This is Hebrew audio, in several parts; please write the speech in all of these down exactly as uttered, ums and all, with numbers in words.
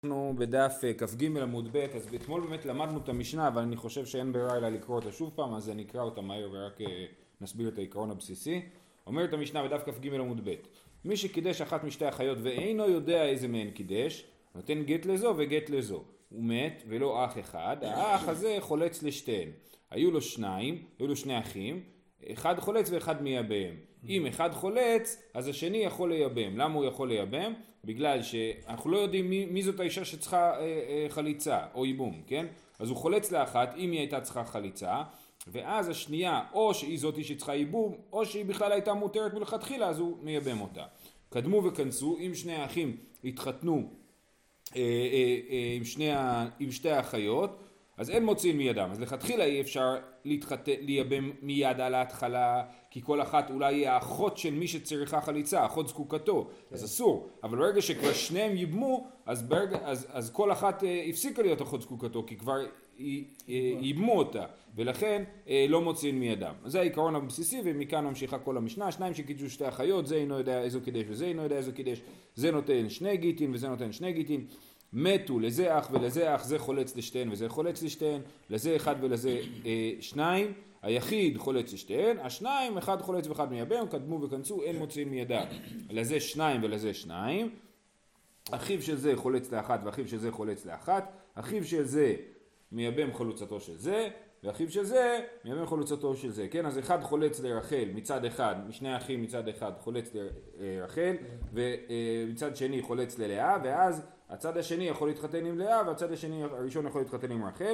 אנחנו בדף כ"ג עמוד ב', אז אתמול באמת למדנו את המשנה, אבל אני חושב שאין ברירה אלא לקרוא אותה שוב פעם, אז אני אקרא אותה מהר ורק נסביר את העיקרון הבסיסי. אומרת המשנה בדף כ"ג עמוד ב', מי שקידש אחת משתי החיות ואינו יודע איזה מהן קידש, נותן גט לזו וגט לזו. הוא מת ולא אח אחד, האח הזה חולץ לשתיהן. היו לו שניים, היו לו שני אחים, אחד חולץ ואחד מייבם. אם אחד חולץ, אז השני יכול לייבם. למה הוא יכול לייבם? בגלל שאנחנו לא יודעים מי, מי זאת האישה שצריכה אה, אה, חליצה או ייבום, כן? אז הוא חולץ לאחת אם היא הייתה צריכה חליצה, ואז השנייה או שהיא זאתי שצריכה ייבום, או שהיא בכלל הייתה מותרת מלכתחילה, אז הוא מייבם אותה. קדמו וכנסו, אם שני האחים התחתנו אה, אה, אה, עם, שני, עם שתי האחיות, אז אין מוציאים מידם, אז לכתחילה אי אפשר להתחת... לייבם מיד על ההתחלה, כי כל אחת אולי היא האחות של מי שצריכה חליצה, אחות זקוקתו, כן. אז אסור, אבל ברגע שכבר שניהם ייבמו, אז, ברגע, אז, אז כל אחת אה, הפסיקה להיות אחות זקוקתו, כי כבר י... אה, ייבמו אותה, ולכן אה, לא מוציאים מידם. אז זה העיקרון הבסיסי, ומכאן ממשיכה כל המשנה, שניים שקידשו שתי אחיות, זה אינו יודע איזו קידש וזה אינו יודע איזו קידש, זה נותן שני גיטין וזה נותן שני גיטין, מתו לזה אח ולזה אח, זה חולץ לשתיהן וזה חולץ לשתיהן, לזה אחד ולזה אה, שניים, היחיד חולץ לשתיהן, השניים אחד חולץ ואחד מייבם, קדמו וכנסו, אין מוציאים מידם, לזה שניים ולזה שניים, אחיו של זה חולץ לאחת ואחיו של זה חולץ לאחת, אחיו של זה מייבם חלוצתו של זה, ואחיו של זה מייבם חלוצתו של זה, כן? אז אחד חולץ לרחל מצד אחד, משני אחים מצד אחד חולץ לרחל, ומצד שני חולץ ללאה, ואז הצד השני יכול להתחתן עם לאה, והצד השני הראשון יכול להתחתן עם רחל.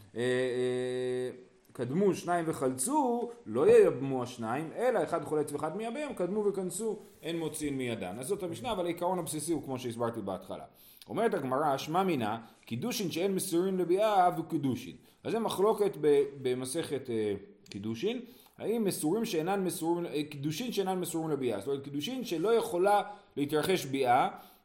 קדמו שניים וחלצו, לא ייבמו השניים, אלא אחד חולץ ואחד מייבם, קדמו וכנסו, אין מוציאים מידן. אז זאת המשנה, אבל העיקרון הבסיסי הוא כמו שהסברתי בהתחלה. אומרת הגמרא, שמע מינה, קידושין שאין מסורים לביאה, אבו קידושין. אז זה מחלוקת במסכת קידושין, האם מסורים שאינן מסורים, קידושין שאינן מסורים לביאה, זאת אומרת קידושין שלא יכולה להתרחש ביאה,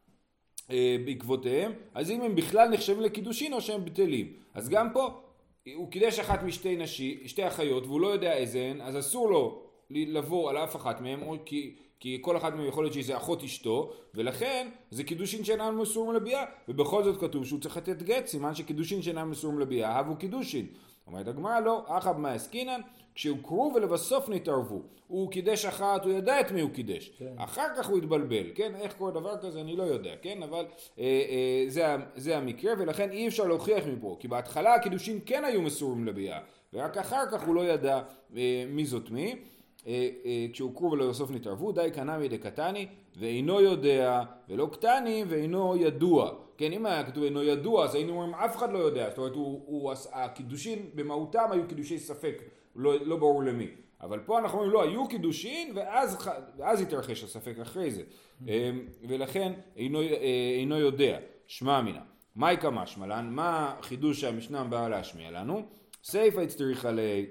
בעקבותיהם, אז אם הם בכלל נחשבים לקידושין או שהם בטלים. אז גם פה, הוא קידש אחת משתי נשי, שתי אחיות, והוא לא יודע איזה הן, אז אסור לו לבוא על אף אחת מהם, כי, כי כל אחת מהם יכול להיות שזה אחות אשתו, ולכן זה קידושין שאינם מסורים לביאה, ובכל זאת כתוב שהוא צריך לתת גט, סימן שקידושין שאינם מסורים לביאה, הבו קידושין. אומרת הגמרא לא, אחב מה עסקינן, כשהוכרו ולבסוף נתערבו. הוא קידש אחת, הוא ידע את מי הוא קידש. כן. אחר כך הוא התבלבל, כן? איך קורה דבר כזה אני לא יודע, כן? אבל אה, אה, זה, זה המקרה, ולכן אי אפשר להוכיח מפה, כי בהתחלה הקידושים כן היו מסורים לביאה, ורק אחר כך הוא לא ידע אה, מי זאת מי. אה, אה, כשהוכרו ולבסוף נתערבו, די קנמי דקתני, ואינו יודע, ולא קטני, ואינו ידוע. כן, אם היה כתוב אינו ידוע, אז היינו אומרים אף אחד לא יודע, זאת אומרת, הוא, הוא, הקידושים במהותם היו קידושי ספק, לא, לא ברור למי. אבל פה אנחנו אומרים, לא, היו קידושין, ואז, ואז התרחש הספק אחרי זה. ולכן אינו, אינו יודע, שמע מינה. מהי כמה שמלן? מה חידוש שהמשנה באה להשמיע לנו? סייפה הצטריך עלי,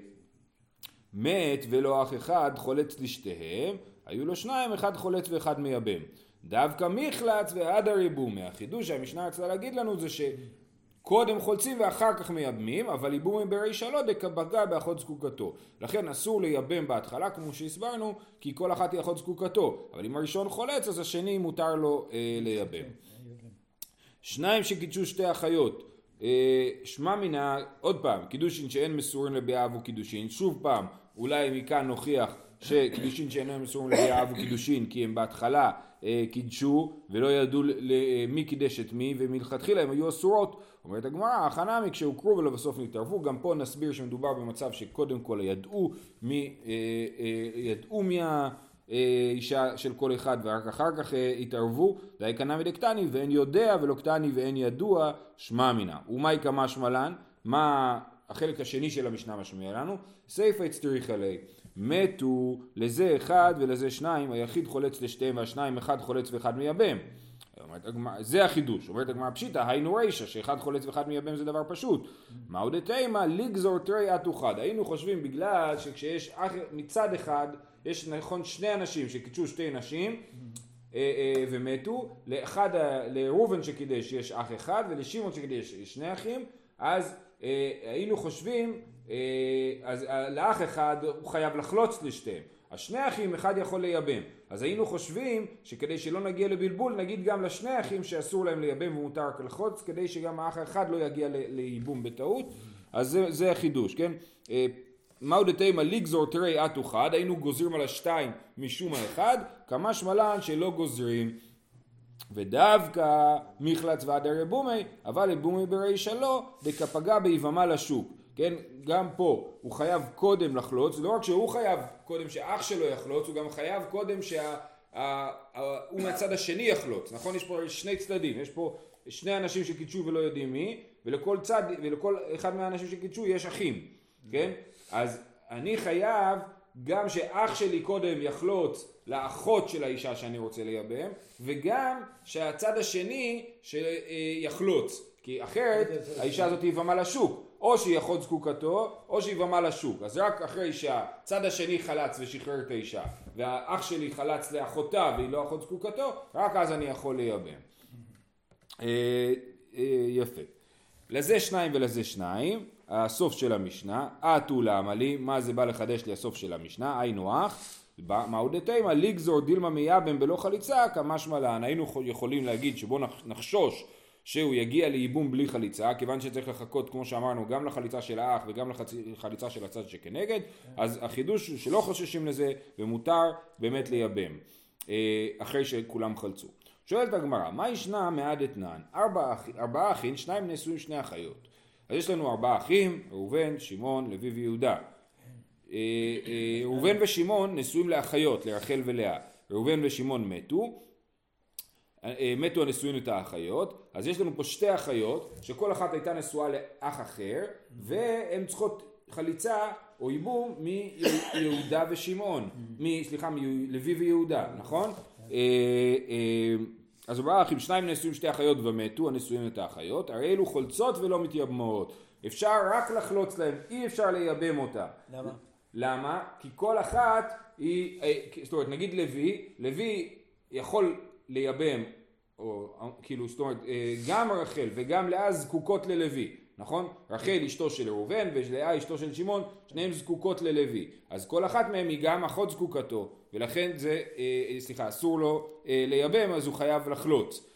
מת ולא אח אחד חולץ לשתיהם, היו לו שניים, אחד חולץ ואחד מייבם. דווקא מחלץ ועד הריבום. החידוש שהמשנה רצתה להגיד לנו זה שקודם חולצים ואחר כך מייבמים, אבל ייבום ברישה לא דקבגה באחות זקוקתו. לכן אסור לייבם בהתחלה כמו שהסברנו, כי כל אחת היא אחות זקוקתו. אבל אם הראשון חולץ אז השני מותר לו אה, לייבם. שניים שקידשו שתי אחיות. אה, שמע מינה, עוד פעם, קידושין שאין מסורים לביאה אבו קידושין. שוב פעם, אולי מכאן נוכיח שקידושין שאינם מסורים לביאה אבו קידושין, כי הם בהתחלה קידשו ולא ידעו מי קידש את מי, ומלכתחילה הם היו אסורות. אומרת הגמרא, החנמי כשהוכרו ולבסוף נתערבו, גם פה נסביר שמדובר במצב שקודם כל ידעו מי, ידעו מי האישה של כל אחד, ורק אחר כך התערבו, די קנמי דקטני, ואין יודע ולא קטני ואין ידוע, שמע מינה. ומהי כמה שמלן? מה החלק השני של המשנה משמיע לנו? סייפה הצטריך עלי. מתו לזה אחד ולזה שניים, היחיד חולץ לשתיהם והשניים אחד חולץ ואחד מייבם. זה החידוש. אומרת הגמרא פשיטא, היינו רישא, שאחד חולץ ואחד מייבם זה דבר פשוט. מה עוד תימא? לגזור תרי את אחד. היינו חושבים בגלל שכשיש מצד אחד, יש נכון שני אנשים שקידשו שתי נשים ומתו, לאחד, לראובן שקידש יש אח אחד ולשמעון שקידש יש שני אחים, אז היינו חושבים, אז לאח אחד הוא חייב לחלוץ לשתיהם, השני אחים אחד יכול לייבם. אז היינו חושבים שכדי שלא נגיע לבלבול נגיד גם לשני אחים שאסור להם לייבם ומותר רק לחלוץ, כדי שגם האח האחד לא יגיע לייבום בטעות. אז זה, זה החידוש, כן? מהו דתימה לגזור תרי אתו חד, היינו גוזרים על השתיים משום האחד, כמה שמלן שלא גוזרים. ודווקא מחלץ ועד הרבומי, אבל רבומי ברישה לא, דקפגה ביבמה לשוק. כן, גם פה הוא חייב קודם לחלוץ, לא רק שהוא חייב קודם שאח שלו יחלוץ, הוא גם חייב קודם שהוא מהצד השני יחלוץ. נכון? יש פה שני צדדים, יש פה שני אנשים שקידשו ולא יודעים מי, ולכל צד, ולכל אחד מהאנשים שקידשו יש אחים. כן? אז אני חייב גם שאח שלי קודם יחלוץ לאחות של האישה שאני רוצה לייבם, וגם שהצד השני שיחלוץ, כי אחרת האישה הזאת יבמה לשוק, או שהיא אחות זקוקתו, או שהיא יבמה לשוק. אז רק אחרי שהצד השני חלץ ושחרר את האישה, והאח שלי חלץ לאחותה והיא לא אחות זקוקתו, רק אז אני יכול לייבם. יפה. לזה שניים ולזה שניים, הסוף של המשנה, אתו למה לי, מה זה בא לחדש לי הסוף של המשנה, היינו אח, מהו דתימה, לגזור דילמה מייבם בלא חליצה, כמשמע לן, היינו יכולים להגיד שבוא נחשוש שהוא יגיע לייבום בלי חליצה, כיוון שצריך לחכות כמו שאמרנו גם לחליצה של האח וגם לחליצה של הצד שכנגד, אז החידוש הוא שלא חוששים לזה ומותר באמת לייבם, אחרי שכולם חלצו. שואלת הגמרא, מה ישנה מעד אתנן? ארבעה ארבע אחים, שניים נשואים שני אחיות. אז יש לנו ארבעה אחים, ראובן, שמעון, לוי ויהודה. ראובן ושמעון נשואים לאחיות, לרחל ולאה. ראובן ושמעון מתו, מתו הנשואים את האחיות, אז יש לנו פה שתי אחיות, שכל אחת הייתה נשואה לאח אחר, והן צריכות חליצה או ייבום מיהודה ושמעון, סליחה, מלוי ויהודה, נכון? אז ארבעה אחים, שניים נשואים שתי אחיות ומתו, הנשואים את האחיות, הרי אלו חולצות ולא מתייבמות, אפשר רק לחלוץ להם, אי אפשר לייבם אותה. למה? למה? כי כל אחת היא, זאת אומרת, נגיד לוי, לוי יכול לייבם, או כאילו, זאת אומרת, גם רחל וגם לאה זקוקות ללוי, נכון? רחל אשתו של ראובן ולאה אשתו של שמעון, שניהם זקוקות ללוי. אז כל אחת מהם היא גם אחות זקוקתו, ולכן זה, סליחה, אסור לו לייבם, אז הוא חייב לחלוץ.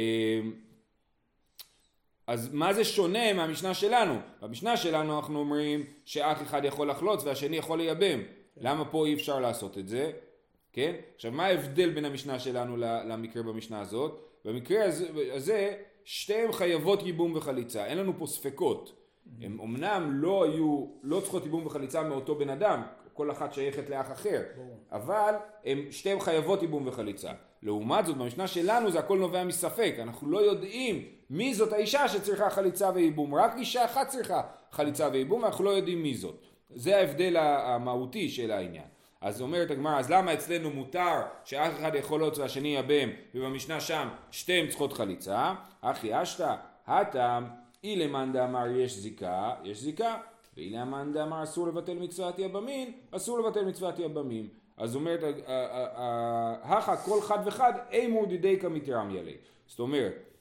אז מה זה שונה מהמשנה שלנו? במשנה שלנו אנחנו אומרים שאח אחד יכול לחלוץ והשני יכול לייבם. למה פה אי אפשר לעשות את זה? כן? עכשיו, מה ההבדל בין המשנה שלנו למקרה במשנה הזאת? במקרה הזה, שתיהם חייבות ייבום וחליצה. אין לנו פה ספקות. הם אמנם לא היו, לא צריכות ייבום וחליצה מאותו בן אדם, כל אחת שייכת לאח אחר, אבל הם שתיהם חייבות ייבום וחליצה. לעומת זאת, במשנה שלנו זה הכל נובע מספק. אנחנו לא יודעים מי זאת האישה שצריכה חליצה וייבום. רק אישה אחת צריכה חליצה וייבום, אנחנו לא יודעים מי זאת. זה ההבדל המהותי של העניין. אז אומרת הגמרא, אז למה אצלנו מותר שאח אחד יכול לוץ והשני ייבם, ובמשנה שם שתיהם צריכות חליצה? אחי אשתא, הטעם, אי למאן דאמר יש זיקה, יש זיקה, ואי למאן דאמר אסור לבטל מצוות יבמין, אסור לבטל מצוות יבמים. אז אומרת, הכה כל חד וחד, אימור דידי כמתרם ילי. זאת אומרת,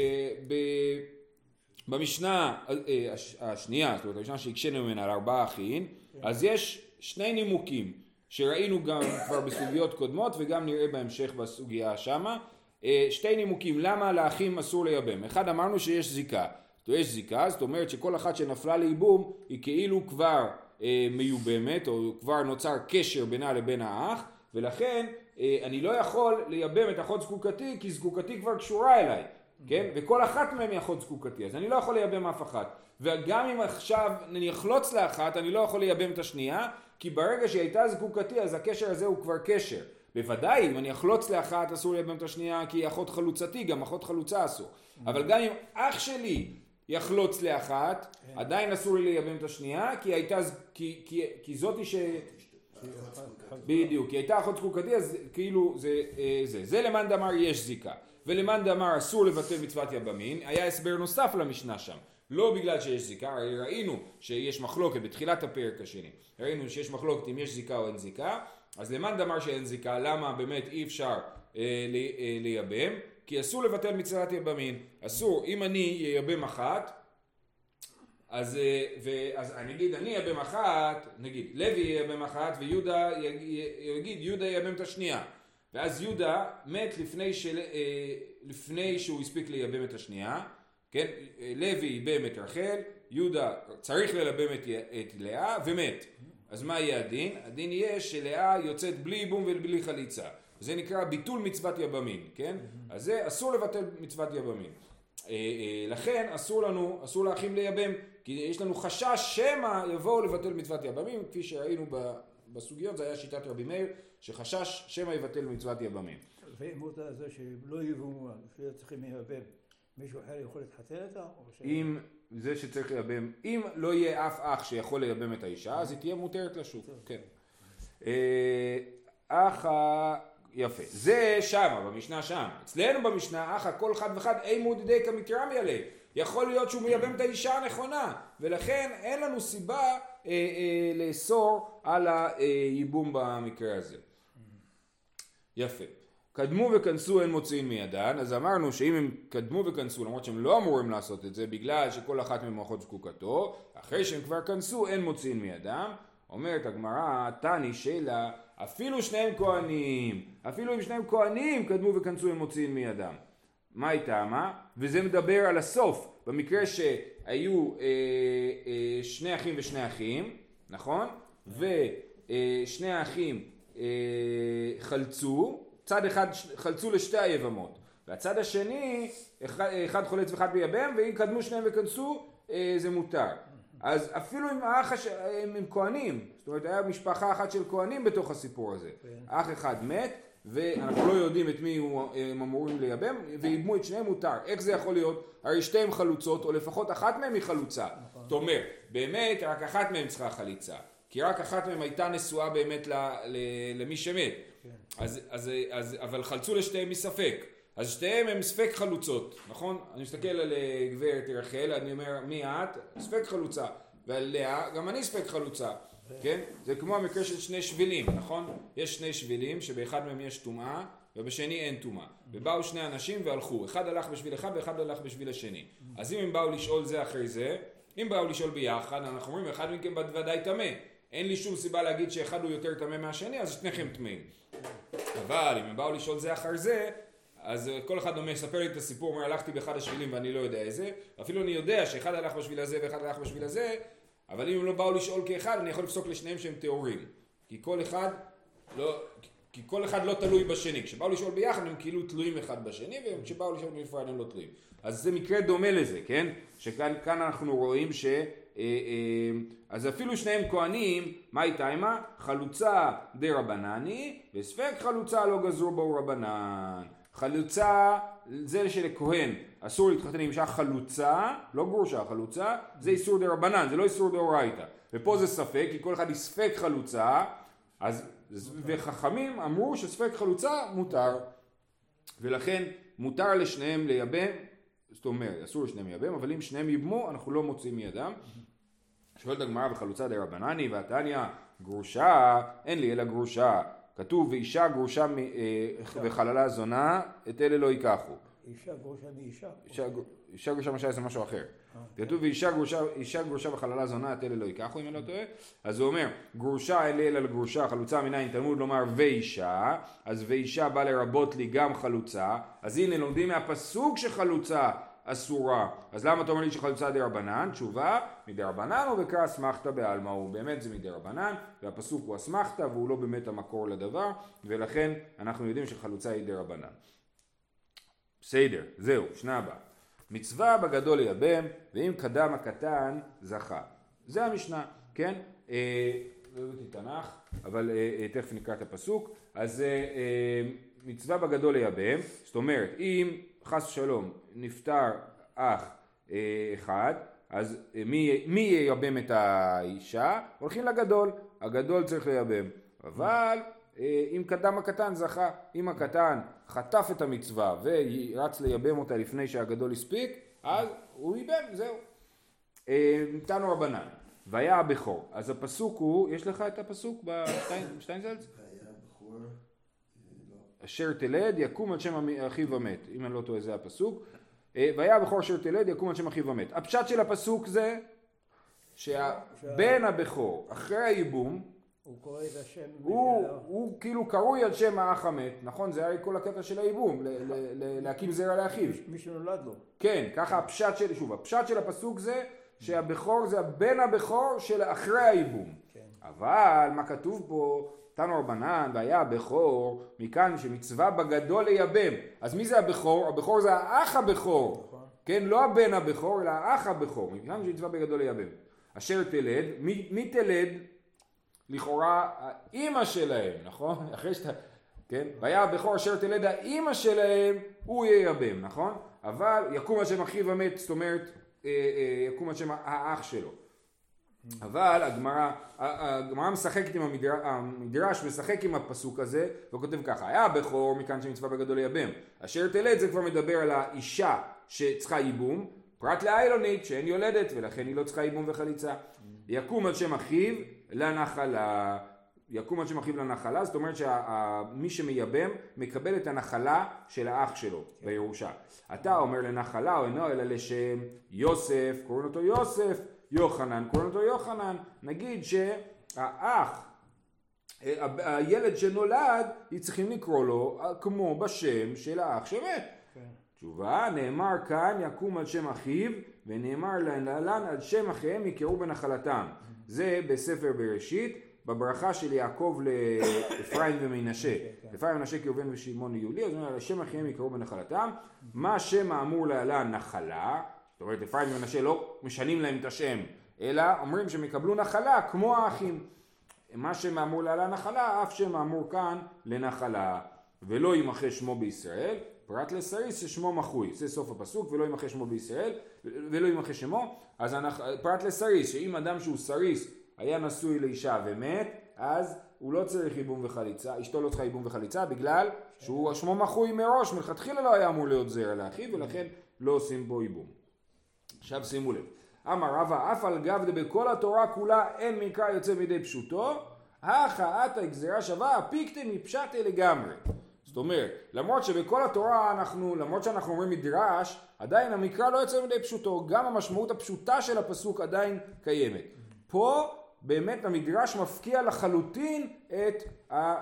במשנה השנייה, זאת אומרת, המשנה שהקשנו ממנה על ארבעה אחים, אז יש שני נימוקים שראינו גם כבר בסוגיות קודמות וגם נראה בהמשך בסוגיה שמה. שתי נימוקים, למה לאחים אסור לייבם? אחד, אמרנו שיש זיקה. יש זיקה, זאת אומרת שכל אחת שנפלה לייבום היא כאילו כבר מיובמת, או כבר נוצר קשר בינה לבין האח, ולכן אני לא יכול לייבם את אחות זקוקתי, כי זקוקתי כבר קשורה אליי, כן? וכל אחת מהם היא אחות זקוקתי, אז אני לא יכול לייבם אף אחת. וגם אם עכשיו אני אחלוץ לאחת, אני לא יכול לייבם את השנייה, כי ברגע שהיא הייתה זקוקתי, אז הקשר הזה הוא כבר קשר. בוודאי, אם אני אחלוץ לאחת, אסור לייבם את השנייה, כי היא אחות חלוצתי, גם אחות חלוצה אסור. אבל גם אם אח שלי יחלוץ לאחת, עדיין אסור לי לייבם את השנייה, כי הייתה, כי, כי, כי זאתי ש... בדיוק, כי הייתה אחות זקוקתי, אז כאילו זה, זה, זה למאן דאמר יש זיקה. ולמאן דאמר אסור לבטל מצוות יבמין, היה הסבר נוסף למשנה שם. לא בגלל שיש זיקה, ראינו שיש מחלוקת בתחילת הפרק השני. ראינו שיש מחלוקת אם יש זיקה או אין זיקה, אז למאן דאמר שאין זיקה, למה באמת אי אפשר אה, לייבם? כי אסור לבטל מצוות יבמין. אסור, אם אני ייבם אחת, אז, אז אני אגיד, אני אייבם אחת, נגיד, לוי ייבם אחת ויהודה יגיד, יהודה ייבם את השנייה. ואז יהודה מת לפני, של, לפני שהוא הספיק לייבם את השנייה, כן? לוי ייבם את רחל, יהודה צריך ללבם את, את לאה ומת. אז מה יהיה הדין? הדין יהיה שלאה יוצאת בלי ייבום ובלי חליצה. זה נקרא ביטול מצוות יבמין, כן? אז זה אסור לבטל מצוות יבמין. לכן אסור לנו, אסור לאחים לייבם, כי יש לנו חשש שמא יבואו לבטל מצוות יבמין, כפי שראינו בסוגיות, זה היה שיטת רבי מאיר, שחשש שמא יבטל מצוות יבמין. ואימות הזה שלא יבומו, שצריכים לייבם, מישהו אחר יכול להתחתן איתה? אם זה שצריך לייבם, אם לא יהיה אף אח שיכול לייבם את האישה, אז היא תהיה מותרת לשוק, כן. אח ה... יפה, זה שמה, במשנה שם. אצלנו במשנה, אח כל אחד ואחד אין מודידי כמקרמי עליה. יכול להיות שהוא מייבם את האישה הנכונה, ולכן אין לנו סיבה אה, אה, לאסור על הייבום במקרה הזה. יפה. קדמו וכנסו אין מוציאים מידן, אז אמרנו שאם הם קדמו וכנסו, למרות שהם לא אמורים לעשות את זה, בגלל שכל אחת ממערכות זקוקתו, אחרי שהם כבר כנסו אין מוציאים מידם. אומרת הגמרא, תני שאלה, אפילו שניהם כהנים, אפילו אם שניהם כהנים קדמו וכנסו הם מוציאים מידם. מה הייתה מה? וזה מדבר על הסוף, במקרה שהיו אה, אה, שני אחים ושני אחים, נכון? ושני האחים אה, חלצו, צד אחד חלצו לשתי היבמות, והצד השני, אחד, אחד חולץ ואחד מייבם, ואם קדמו שניהם וכנסו, אה, זה מותר. אז אפילו אם האח הש... הם, הם כהנים, זאת אומרת היה משפחה אחת של כהנים בתוך הסיפור הזה. אח אחד מת ואנחנו לא יודעים את מי הם אמורים לייבם וייבמו את שניהם מותר. איך זה יכול להיות? הרי שתיהם חלוצות או לפחות אחת מהם היא חלוצה. זאת אומרת, באמת רק אחת מהם צריכה חליצה. כי רק אחת מהם הייתה נשואה באמת ל... ל... למי שמת. אז, אז, אז, אבל חלצו לשתיהם מספק. אז שתיהם הם ספק חלוצות, נכון? אני מסתכל על גברת רחל, אני אומר, מי את? ספק חלוצה. ועל לאה, גם אני ספק חלוצה, כן? זה כמו המקרה של שני שבילים, נכון? יש שני שבילים שבאחד מהם יש טומאה, ובשני אין טומאה. ובאו שני אנשים והלכו, אחד הלך בשביל אחד ואחד הלך בשביל השני. אז אם הם באו לשאול זה אחרי זה, אם באו לשאול ביחד, אנחנו אומרים, אחד מכם ודאי טמא. אין לי שום סיבה להגיד שאחד הוא יותר טמא מהשני, אז שניכם טמאים. אבל אם הם באו לשאול זה אחר זה, אז כל אחד אומר, ספר לי את הסיפור, אומר, הלכתי באחד השבילים ואני לא יודע איזה, אפילו אני יודע שאחד הלך בשביל הזה ואחד הלך בשביל הזה, אבל אם הם לא באו לשאול כאחד, אני יכול לפסוק לשניהם שהם טהורים. כי כל אחד לא, כי כל אחד לא תלוי בשני. כשבאו לשאול ביחד הם כאילו תלויים אחד בשני, וכשבאו לשאול בנפרד הם לא תלויים. אז זה מקרה דומה לזה, כן? שכאן כאן אנחנו רואים ש... אז אפילו שניהם כהנים, מה איתה עמה? חלוצה די רבנני, וספק חלוצה לא גזרו בו רבנן. חלוצה, זה שלכהן אסור להתחתן עם אישה חלוצה, לא גרושה, חלוצה, זה איסור די רבנן, זה לא איסור דאורייתא. ופה זה ספק, כי כל אחד היא ספק חלוצה, אז, וחכמים אמרו שספק חלוצה מותר. ולכן מותר לשניהם לייבם, זאת אומרת, אסור לשניהם לייבם, אבל אם שניהם ייבמו, אנחנו לא מוצאים מידם. שואלת הגמרא בחלוצה די רבנני, והתניא גרושה, אין לי אלא גרושה. כתוב ואישה גרושה וחללה זונה, את אלה לא ייקחו. אישה גרושה מאישה? אישה גרושה משהו זה משהו אחר. כתוב ואישה גרושה, אישה גרושה וחללה זונה, את אלה לא ייקחו, אם אני לא טועה. אז הוא אומר, גרושה אין לי אלא לגרושה, חלוצה מנין תלמוד לומר ואישה, אז ואישה בא לרבות לי גם חלוצה, אז הנה לומדים מהפסוק שחלוצה אסורה. אז למה אתה אומר לי שחלוצה די רבנן? תשובה, מדי רבנן הוא וקרא אסמכתא בעלמא, הוא באמת זה מדי רבנן, והפסוק הוא אסמכתא והוא לא באמת המקור לדבר, ולכן אנחנו יודעים שחלוצה היא די רבנן. בסדר, זהו, שנה הבאה. מצווה בגדול לייבם, ואם קדם הקטן זכה. זה המשנה, כן? אה, לא הבאתי תנ"ך, אבל אה, אה, תכף נקרא את הפסוק. אז אה, אה, מצווה בגדול לייבם, זאת אומרת, אם חס ושלום נפטר אח אה, אחד, אז אה, מי, מי ייבם את האישה? הולכים לגדול, הגדול צריך לייבם. אבל אה, אם קדם הקטן זכה, אם הקטן חטף את המצווה ורץ לייבם אותה לפני שהגדול הספיק, אז הוא ייבם, זהו. אה, נתנו רבנן. והיה הבכור. אז הפסוק הוא, יש לך את הפסוק בשטיינזלץ? אשר תלד יקום על שם אחיו המת, אם אני לא טועה זה הפסוק. והיה הבכור אשר תלד יקום על שם אחיו המת. הפשט של הפסוק זה שהבן הבכור, אחרי הייבום, הוא קורא את השם, הוא, הוא כאילו קרוי על שם האח המת, נכון? זה היה כל הקטע של הייבום, להקים זרע לאחיו. מי שנולד לו. כן, ככה הפשט של, שוב, הפשט של הפסוק זה שהבכור זה הבן הבכור של אחרי הייבום. כן. אבל מה כתוב פה? תנו רבנן, והיה הבכור, מכאן שמצווה בגדול לייבם. אז מי זה הבכור? הבכור זה האח הבכור. נכון. כן, לא הבן הבכור, אלא האח הבכור. מכאן שמצווה בגדול לייבם. אשר תלד, מי, מי תלד? לכאורה האמא שלהם, נכון? אחרי שאתה, כן? והיה הבכור אשר תלד האמא שלהם, הוא ייבם, נכון? אבל יקום על שם אחיו המת, זאת אומרת, יקום על שם האח שלו. אבל הגמרא, הגמרא משחקת עם המדרש, המדרש משחק עם הפסוק הזה, וכותב ככה, היה הבכור מכאן שמצווה בגדול לייבם. אשר תלד זה כבר מדבר על האישה שצריכה ייבום, פרט לאיילונית שאין יולדת, ולכן היא לא צריכה ייבום וחליצה. יקום על שם אחיו לנחלה, יקום על שם אחיו לנחלה, זאת אומרת שמי שמייבם מקבל את הנחלה של האח שלו בירושה. אתה אומר לנחלה או אינו אלא לשם יוסף, קוראים אותו יוסף, יוחנן, קוראים אותו יוחנן. נגיד שהאח, הילד שנולד, צריכים לקרוא לו כמו בשם של האח שמת. תשובה, נאמר כאן יקום על שם אחיו ונאמר להלן על שם אחיהם יקראו בנחלתם. זה בספר בראשית, בברכה של יעקב לאפרים ומנשה. אפרים ומנשה כראובן ושמעון ויהודה, אז על שם אחיהם יקראו בנחלתם. מה שם האמור להלן נחלה, זאת אומרת אפרים ומנשה לא משנים להם את השם, אלא אומרים שהם יקבלו נחלה כמו האחים. מה שם האמור להלן נחלה, אף שם האמור כאן לנחלה. ולא ימחה שמו בישראל, פרט לסריס ששמו מחוי. זה סוף הפסוק, ולא ימחה שמו בישראל, ולא ימחה שמו. אז אנחנו, פרט לסריס, שאם אדם שהוא סריס היה נשוי לאישה ומת, אז הוא לא צריך ייבום וחליצה, אשתו לא צריכה ייבום וחליצה, בגלל שהוא שמו מחוי מראש, מלכתחילה לא היה אמור להיות זרע לאחיו, ולכן לא עושים בו ייבום. עכשיו שימו לב, אמר רבא, אף על גב דבכל התורה כולה אין מקרא יוצא מידי פשוטו, הכא אתא גזירה שווה, הפיקתא מפשטי לגמרי. זאת אומרת, למרות שבכל התורה אנחנו, למרות שאנחנו אומרים מדרש, עדיין המקרא לא יוצא מידי פשוטו, גם המשמעות הפשוטה של הפסוק עדיין קיימת. פה באמת המדרש מפקיע לחלוטין את, ה,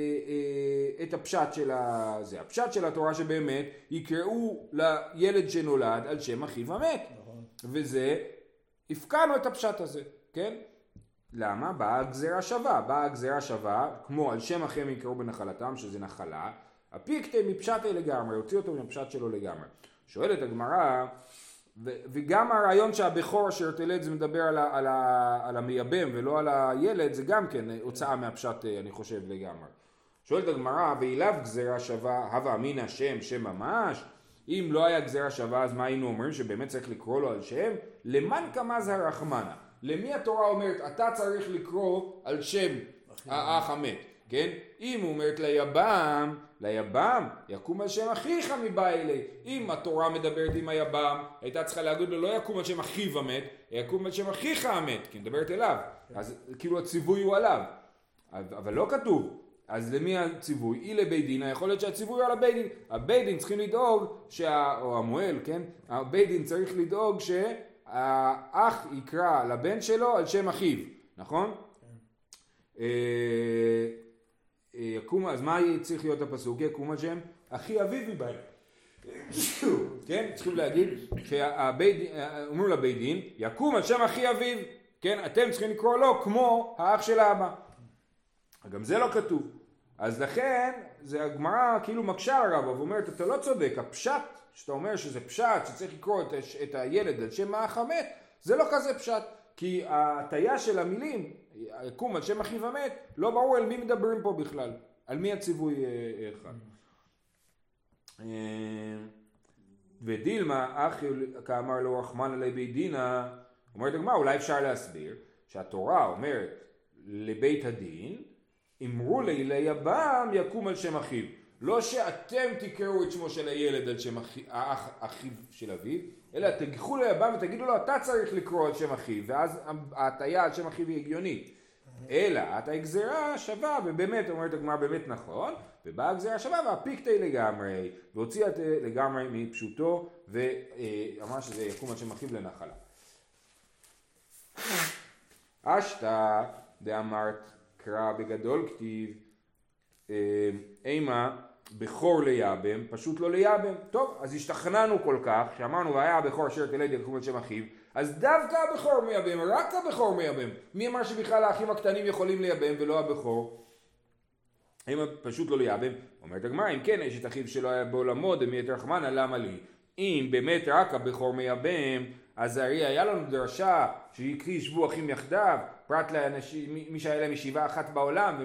את הפשט של זה. הפשט של התורה שבאמת יקראו לילד שנולד על שם אחיו המת. וזה, הפקענו את הפשט הזה, כן? למה? באה גזירה שווה. באה גזירה שווה, כמו על שם אחיהם יקראו בנחלתם, שזה נחלה, הפיקתא מפשטי לגמרי, הוציא אותו מהפשט שלו לגמרי. שואלת הגמרא, ו- וגם הרעיון שהבכור אשר תלד זה מדבר על, ה- על, ה- על המייבם ולא על הילד, זה גם כן הוצאה מהפשט, אני חושב, לגמרי. שואלת הגמרא, ואילב גזירה שווה, הווה אמינא שם, שם ממש? אם לא היה גזירה שווה, אז מה היינו אומרים? שבאמת צריך לקרוא לו על שם? למן כמז הרחמנה? למי התורה אומרת, אתה צריך לקרוא על שם האח המת, כן? אם הוא אומרת ליבם, ליבם, יקום על שם אחיך מבא אלי. אם התורה מדברת עם היבם, הייתה צריכה להגיד לו, לא יקום על שם אחיו המת, יקום על שם אחיך המת, כי מדברת אליו. אז כאילו הציווי הוא עליו. אבל לא כתוב. אז למי הציווי? אי לבית דין, יכול להיות שהציווי הוא על הבית דין. הבית דין צריכים לדאוג, שה... או המועל, כן? הבית דין צריך לדאוג ש... האח יקרא לבן שלו על שם אחיו, נכון? יקום, אז מה צריך להיות הפסוק? יקום על שם אחי אביו מבא. כן? צריכים להגיד שאומרים לבית דין, יקום על שם אחי אביו, כן? אתם צריכים לקרוא לו כמו האח של האבא. גם זה לא כתוב. אז לכן, זה הגמרא כאילו מקשה על הרב, ואומרת, אתה לא צודק, הפשט שאתה אומר שזה פשט, שצריך לקרוא את, את הילד על שם האח המת, זה לא כזה פשט, כי ההטיה של המילים, יקום על שם אחיו המת, לא ברור על מי מדברים פה בכלל, על מי הציווי אחד. ודילמה, אחי כאמר לו רחמן עלי בית דינה, אומרת הגמרא, אולי אפשר להסביר, שהתורה אומרת לבית הדין, אמרו לי ליבם יקום על שם אחיו. לא שאתם תקראו את שמו של הילד על שם האח, אחיו של אביו, אלא תגחו ליבם ותגידו לו, אתה צריך לקרוא על שם אחיו, ואז ההטיה על שם אחיו היא הגיונית. אלא, אתה הגזירה שווה, ובאמת, אומרת הגמרא, באמת נכון, ובאה הגזירה שווה, והפיקתא לגמרי, והוציאה לגמרי מפשוטו, ואמרה שזה יקום על שם אחיו לנחלה. אשתא דאמרת קרא בגדול כתיב אימה בכור ליבם, פשוט לא ליבם. טוב, אז השתכנענו כל כך, שאמרנו והיה הבכור אשר תלד יקום את שם אחיו, אז דווקא הבכור מייבם, רק הבכור מייבם. מי אמר שבכלל האחים הקטנים יכולים לייבם ולא הבכור? אימה פשוט לא לייבם. אומרת הגמרא, אם כן, יש את אחיו שלא היה בעולמו, דמי את רחמנא, למה לי? אם באמת רק הבכור מייבם, אז הרי היה לנו דרשה שיקחי ישבו אחים יחדיו, פרט לאנשים, מי שהיה להם ישיבה אחת בעולם,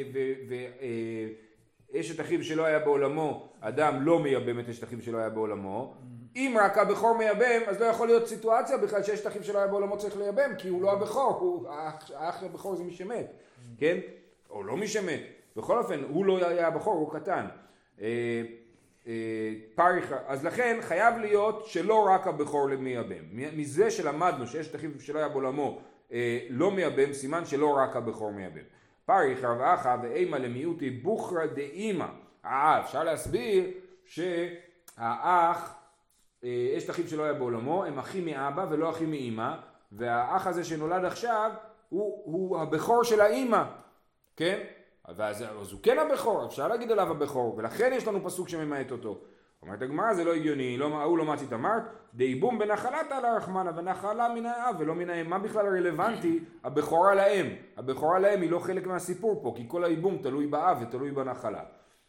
ואשת אחיו שלא היה בעולמו, אדם לא מייבם את אשת אחיו שלא היה בעולמו. אם רק הבכור מייבם, אז לא יכול להיות סיטואציה בכלל שאשת אחיו שלא היה בעולמו צריך לייבם, כי הוא לא הבכור, הוא, האח הבכור זה מי שמת, כן? או לא מי שמת. בכל אופן, הוא לא היה הבכור, הוא קטן. פריך, אז לכן חייב להיות שלא רק הבכור מייבם. מזה שלמדנו שיש את אחיו שלא היה בעולמו לא מייבם, סימן שלא רק הבכור מייבם. פריך רב אחא ואימא למיעוטי בוכרא דאימא. אה, אפשר להסביר שהאח, יש את אחיו שלא היה בעולמו, הם אחים מאבא ולא אחים מאימא, והאח הזה שנולד עכשיו הוא, הוא הבכור של האימא, כן? אז, אז הוא כן הבכור, אפשר להגיד עליו הבכור, ולכן יש לנו פסוק שממעט אותו. אומרת הגמרא, זה לא הגיוני, לא, הוא לא מצית אמרת, דייבום בנחלת על הרחמנה, ונחלה מן האב ולא מן האם. מה בכלל רלוונטי? הבכורה לאם. הבכורה לאם היא לא חלק מהסיפור פה, כי כל הייבום תלוי באב ותלוי בנחלה.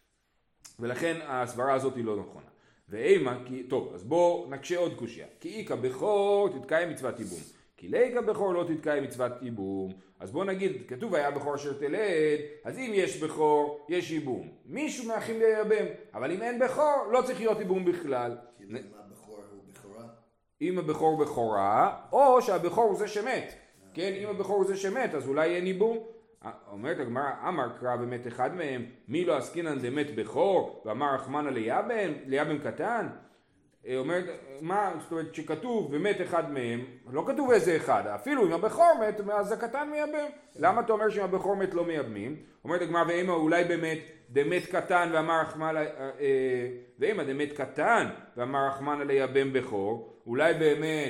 ולכן הסברה הזאת היא לא נכונה. ואימה, כי, טוב, אז בואו נקשה עוד קושיה. כי איכא בכור תתקיים מצוות ייבום. כי ליכא בכור לא תתקיים מצוות ייבום. אז בואו נגיד, כתוב היה בכור אשר תלד, אז אם יש בכור, יש ייבום. מישהו מהאחים לייבם, אבל אם אין בכור, לא צריך להיות ייבום בכלל. כאילו אם הבכור הוא בכורה? אם הבכור בכורה, או שהבכור הוא זה שמת. כן, אם הבכור הוא זה שמת, אז אולי אין ייבום. אומרת הגמרא, אמר קרא באמת אחד מהם, מי לא עסקינן דמת בכור, ואמר רחמנא ליבם, ליבם קטן? אומרת, מה, זאת אומרת, שכתוב ומת אחד מהם, לא כתוב איזה אחד, אפילו אם הבכור מת, אז הקטן מייבם. למה אתה אומר שאם הבכור מת לא מייבמים? אומרת הגמרא, ואמא אולי באמת דמת קטן ואמר רחמנא, ואמא דמת קטן ואמר רחמנא ליבם בכור, אולי באמת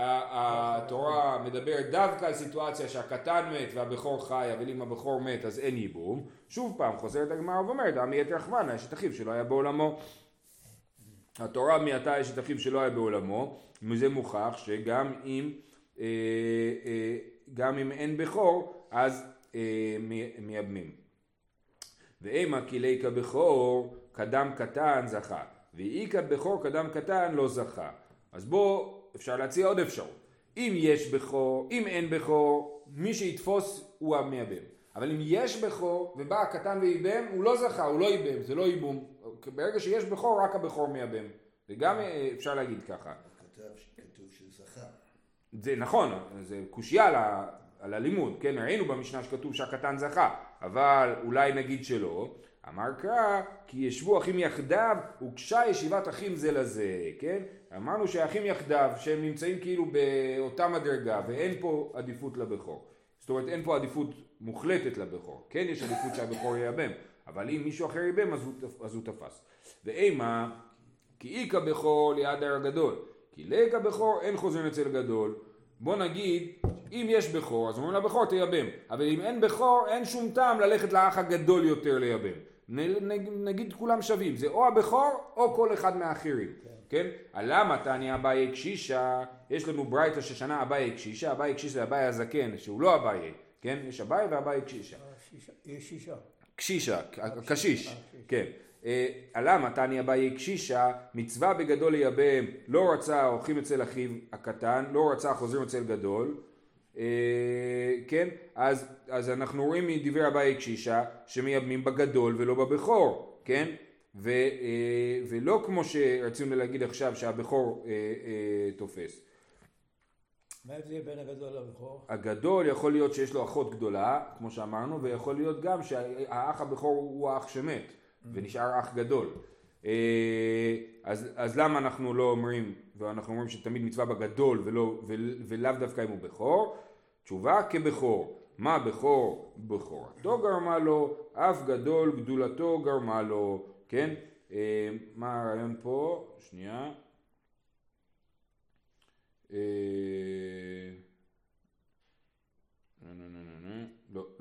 התורה מדברת דווקא על סיטואציה שהקטן מת והבכור חי, אבל אם הבכור מת אז אין ייבום. שוב פעם חוזרת הגמרא ואומרת, עמי את רחמנא, יש את אחיו שלא היה בעולמו. התורה מעתה יש את אחיו שלא היה בעולמו, וזה מוכח שגם אם, אה, אה, גם אם אין בכור, אז אה, מייבמים. ואימה כי ליכא בכור קדם קטן זכה, ואיכא בכור קדם קטן לא זכה. אז בוא, אפשר להציע עוד אפשרות. אם יש בכור, אם אין בכור, מי שיתפוס הוא המייבם. אבל אם יש בכור ובא הקטן וייבם, הוא לא זכה, הוא לא ייבם, זה לא ייבום. ברגע שיש בכור, רק הבכור מייבם. וגם אפשר להגיד ככה. כתוב שזכה. זה נכון, זה קושיה על, על הלימוד, כן? ראינו במשנה שכתוב שהקטן זכה, אבל אולי נגיד שלא. אמר קרא, כי ישבו אחים יחדיו, וקשה ישיבת אחים זה לזה, כן? אמרנו שהאחים יחדיו, שהם נמצאים כאילו באותה מדרגה, ואין פה עדיפות לבכור. זאת אומרת, אין פה עדיפות מוחלטת לבכור. כן, יש עדיפות שהבכור ייבם, אבל אם מישהו אחר ייבם, אז הוא, אז הוא תפס. ואימה, כי איכא בכור ליד הר הגדול, כי ליכא בכור אין חוזרים אצל גדול. בוא נגיד, אם יש בכור, אז אומרים לבכור תייבם, אבל אם אין בכור, אין שום טעם ללכת לאח הגדול יותר לייבם. נגיד כולם שווים, זה או הבכור או כל אחד מהאחרים. כן? למה תעני אביי קשישה? יש לנו ברייתא ששנה אביי קשישה, אביי קשישה זה אביי הזקן, שהוא לא אביי, כן? יש אביי ואביי קשישה. יש שישה. קשישה, קשיש, כן. למה תעני אביי קשישה? מצווה בגדול לייבם, לא רצה הולכים אצל אחיו הקטן, לא רצה חוזרים אצל גדול. כן? אז, אז אנחנו רואים מדברי אביי קשישה שמייבמים בגדול ולא בבכור, כן? ו, ולא כמו שרצינו להגיד עכשיו שהבכור תופס. מה זה בין הגדול לבכור? הגדול יכול להיות שיש לו אחות גדולה, כמו שאמרנו, ויכול להיות גם שהאח הבכור הוא האח שמת, ונשאר אח גדול. אז, אז למה אנחנו לא אומרים, ואנחנו אומרים שתמיד מצווה בגדול ולא, ולאו דווקא אם הוא בכור? תשובה כבכור. מה בכור? בכורתו גרמה לו, אף גדול גדולתו גרמה לו. כן? מה הרעיון פה? שנייה.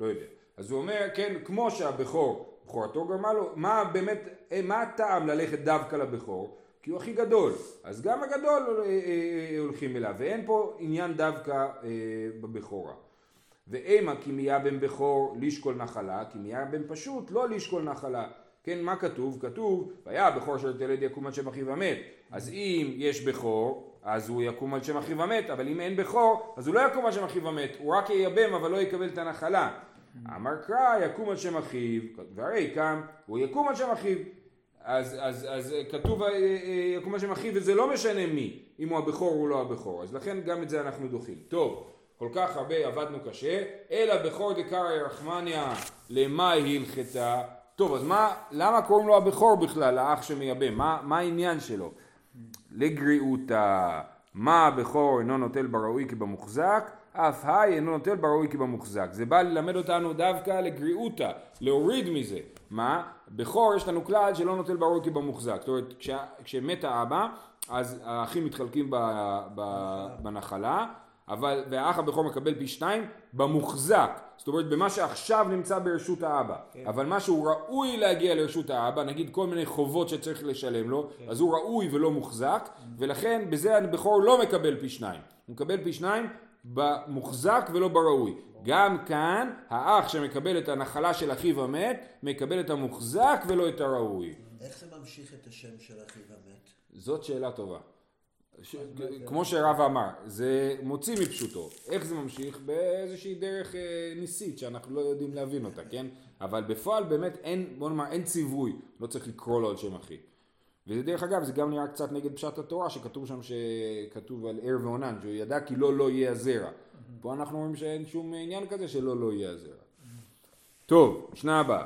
לא יודע. אז הוא אומר, כן, כמו שהבכור, בכורתו גרמה לו, מה באמת, מה הטעם ללכת דווקא לבכור? כי הוא הכי גדול, אז גם הגדול אה, אה, הולכים אליו, ואין פה עניין דווקא אה, בבכורה. ואימה כי מיה בן בכור לשקול נחלה, כי מיה בן פשוט לא לשקול נחלה. כן, מה כתוב? כתוב, והיה בכור אשר תלד יקום על שם אחיו המת. אז אם יש בכור, אז הוא יקום על שם אחיו המת, אבל אם אין בכור, אז הוא לא יקום על שם אחיו המת, הוא רק ייבם אבל לא יקבל את הנחלה. אמר קרא יקום על שם אחיו, והרי קם, הוא יקום על שם אחיו. אז, אז, אז כתוב יקום על שם אחיו, וזה לא משנה מי, אם הוא הבכור או לא הבכור. אז לכן גם את זה אנחנו דוחים. טוב, כל כך הרבה עבדנו קשה, אלא בכור דקרא רחמניה למה הלכתה. טוב, אז מה, למה קוראים לו הבכור בכלל, האח שמייבם? מה, מה העניין שלו? לגריעותה, מה הבכור אינו נוטל בראוי כבמוחזק, אף היי אינו נוטל בראוי כבמוחזק. זה בא ללמד אותנו דווקא לגריעותה, להוריד מזה. מה? בכור יש לנו כלל שלא נוטל בראוי כבמוחזק. זאת אומרת, כש, כשמת האבא, אז האחים מתחלקים ב, ב, בנחלה, אבל, והאח הבכור מקבל פי שתיים במוחזק, זאת אומרת במה שעכשיו נמצא ברשות האבא, כן. אבל מה שהוא ראוי להגיע לרשות האבא, נגיד כל מיני חובות שצריך לשלם לו, כן. אז הוא ראוי ולא מוחזק, ולכן בזה הבכור לא מקבל פי שניים, הוא מקבל פי שניים במוחזק ולא בראוי. גם כאן האח שמקבל את הנחלה של אחיו המת, מקבל את המוחזק ולא את הראוי. איך זה ממשיך את השם של אחיו המת? זאת שאלה טובה. ש... כמו שהרב אמר, זה מוציא מפשוטו. איך זה ממשיך? באיזושהי דרך אה, ניסית שאנחנו לא יודעים להבין אותה, כן? אבל בפועל באמת אין, בוא נאמר, אין ציווי, לא צריך לקרוא לו על שם אחי. וזה דרך אגב, זה גם נראה קצת נגד פשט התורה, שכתוב שם שכתוב על ער ועונן, שהוא ידע כי לא לא יהיה הזרע. פה אנחנו אומרים שאין שום עניין כזה שלא לא יהיה הזרע. טוב, שנה הבאה.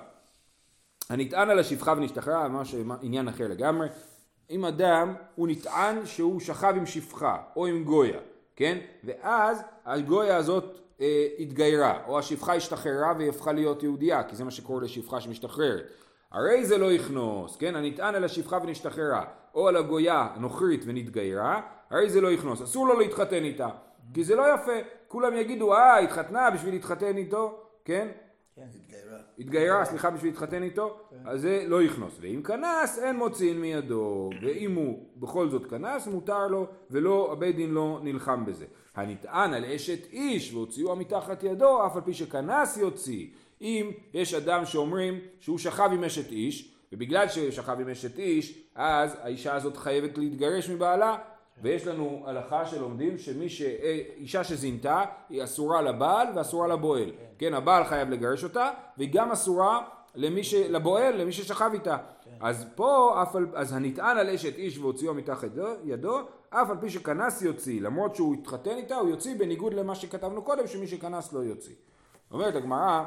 הנטען על השפחה ונשתחרר, ממש עניין אחר לגמרי. אם אדם הוא נטען שהוא שכב עם שפחה או עם גויה, כן? ואז הגויה הזאת אה, התגיירה, או השפחה השתחררה והיא הפכה להיות יהודייה, כי זה מה שקורה לשפחה שמשתחררת. הרי זה לא יכנוס, כן? הנטען על השפחה ונשתחררה, או על הגויה נוכרית ונתגיירה, הרי זה לא יכנוס, אסור לו להתחתן איתה, כי זה לא יפה. כולם יגידו, אה, התחתנה בשביל להתחתן איתו, כן? התגיירה. התגיירה, סליחה, בשביל להתחתן איתו, אז זה לא יכנוס. ואם כנס, אין מוצאים מידו. ואם הוא בכל זאת כנס, מותר לו, ולא, הבית דין לא נלחם בזה. הנטען על אשת איש, והוציאו מתחת ידו, אף על פי שכנס יוציא. אם יש אדם שאומרים שהוא שכב עם אשת איש, ובגלל שהוא שכב עם אשת איש, אז האישה הזאת חייבת להתגרש מבעלה, ויש לנו הלכה שלומדים שמי ש... אישה שזינתה היא אסורה לבעל ואסורה לבועל. כן, כן הבעל חייב לגרש אותה, והיא גם אסורה למי ש... לבועל, למי ששכב איתה. כן. אז פה, על... אז הנטען על אשת איש והוציאו מתחת ידו, אף על פי שכנס יוציא, למרות שהוא התחתן איתה, הוא יוציא בניגוד למה שכתבנו קודם, שמי שכנס לא יוציא. אומרת הגמרא,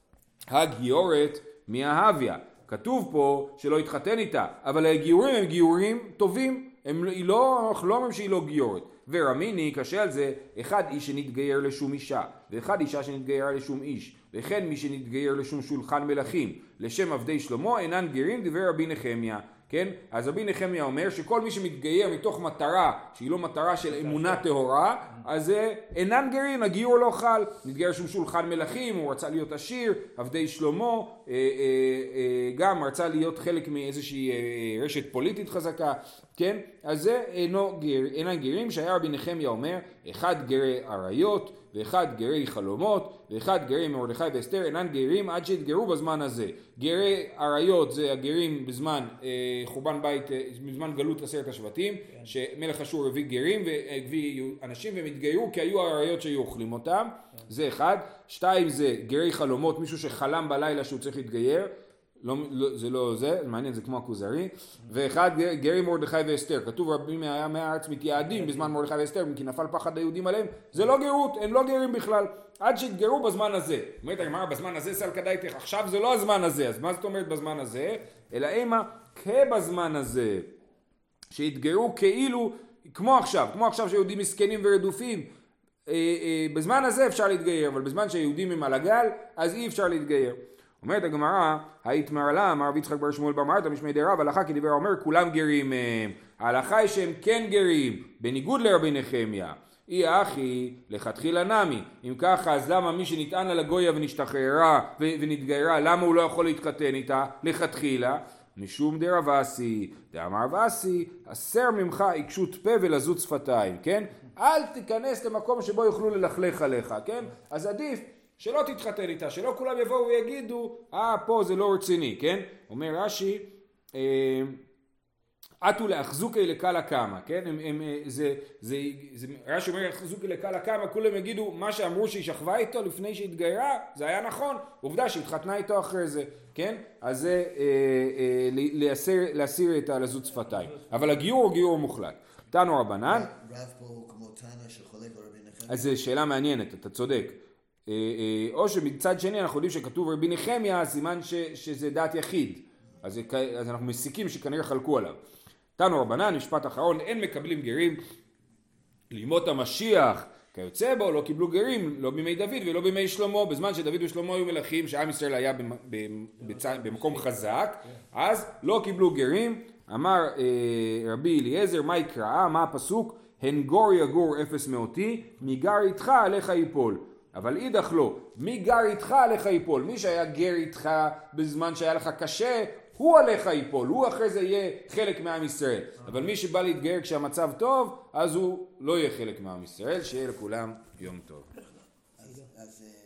הגיורת מההביה. כתוב פה שלא התחתן איתה, אבל הגיורים הם גיורים טובים. הם לא, אנחנו לא אומרים שהיא לא גיורת. ורמיני קשה על זה, אחד איש שנתגייר לשום אישה, ואחד אישה שנתגייר לשום איש, וכן מי שנתגייר לשום שולחן מלכים, לשם עבדי שלמה אינן גרים, דבר רבי נחמיה. כן? אז רבי נחמיה אומר שכל מי שמתגייר מתוך מטרה, שהיא לא מטרה של אמונה טהורה, אז זה אינן גרים, הגיור לא חל. נתגייר שום שולחן מלכים, הוא רצה להיות עשיר, עבדי שלמה, אה, אה, אה, גם רצה להיות חלק מאיזושהי אה, רשת פוליטית חזקה, כן? אז זה אינו גר, אינן גרים, שהיה רבי נחמיה אומר, אחד גרי עריות, ואחד גרי חלומות, ואחד גרי מרדכי ואסתר, אינן גרים עד שהתגרו בזמן הזה. גרי עריות זה הגרים בזמן אה, חורבן בית, אה, בזמן גלות עשרת השבטים, כן. שמלך אשור הביא גרים והביא אנשים והם התגיירו כי היו עריות שהיו אוכלים אותם, כן. זה אחד. שתיים זה גרי חלומות, מישהו שחלם בלילה שהוא צריך להתגייר, לא, לא, זה לא זה, מעניין, זה כמו הכוזרי. ואחד גרי מרדכי ואסתר, כתוב רבים מהארץ מתייעדים בזמן מרדכי ואסתר, כי נפל פחד היהודים עליהם, זה לא גרות, הם לא גרים בכלל, עד שהתגרו בזמן הזה. אומרת הגמרא, בזמן הזה סל כדאיתך, עכשיו זה לא הזמן הזה, אז מה זאת אומרת בזמן הזה? אלא אימה, כבזמן הזה, שהתגרו כאילו, כמו עכשיו, כמו עכשיו שיהודים מסכנים ורדופים, אה, אה, בזמן הזה אפשר להתגייר, אבל בזמן שהיהודים הם על הגל, אז אי אפשר להתגייר. אומרת הגמרא, היתמר לה, אמר רבי יצחק בר שמואל בר מרתא משמי די רב, הלכה כדבר אומר, כולם גרים מהם. ההלכה היא שהם כן גרים, בניגוד לרבי נחמיה. אי אחי לכתחילה נמי, אם ככה אז למה מי שנטען על הגויה ונשתחררה ונתגיירה, למה הוא לא יכול להתחתן איתה לכתחילה? משום דרב אסי, דאמר רב אסי, אסר ממך עיקשות פה ולזות שפתיים, כן? אל תיכנס למקום שבו יוכלו ללכלך עליך, כן? אז עדיף שלא תתחתן איתה, שלא כולם יבואו ויגידו, אה פה זה לא רציני, כן? אומר רש"י, עטו לאחזוקי לקלה קמה, כן? הם, הם, זה, זה, זה, רש"י אומר לאחזוקי לקלה קמה, כולם יגידו מה שאמרו שהיא שכבה איתו לפני שהתגיירה, זה היה נכון, עובדה שהתחתנה איתו אחרי זה, כן? אז זה אה, אה, להסיר, להסיר את הלזות שפתיים, אבל הגיור הוא גיור מוחלט. תנו רבנן. רב פה הוא כמו תנא שחולק ברבי נחמיה. אז זו שאלה מעניינת, אתה צודק. אה, אה, או שמצד שני אנחנו יודעים שכתוב רבי נחמיה, סימן ש, שזה דעת יחיד, אז, אז אנחנו מסיקים שכנראה חלקו עליו. תנו רבנן, משפט אחרון, אין מקבלים גרים לימות המשיח כיוצא בו, לא קיבלו גרים לא בימי דוד ולא בימי שלמה, בזמן שדוד ושלמה היו מלכים, שעם ישראל היה במקום חזק, אז לא קיבלו גרים. אמר אה, רבי אליעזר, מה יקרא, מה הפסוק? הן גור יגור אפס מאותי, מי גר איתך עליך ייפול. אבל אידך לא, מי גר איתך עליך ייפול? מי שהיה גר איתך בזמן שהיה לך קשה, הוא עליך ייפול, הוא אחרי זה יהיה חלק מעם ישראל. אבל מי שבא להתגייר כשהמצב טוב, אז הוא לא יהיה חלק מעם ישראל. שיהיה לכולם יום טוב. אז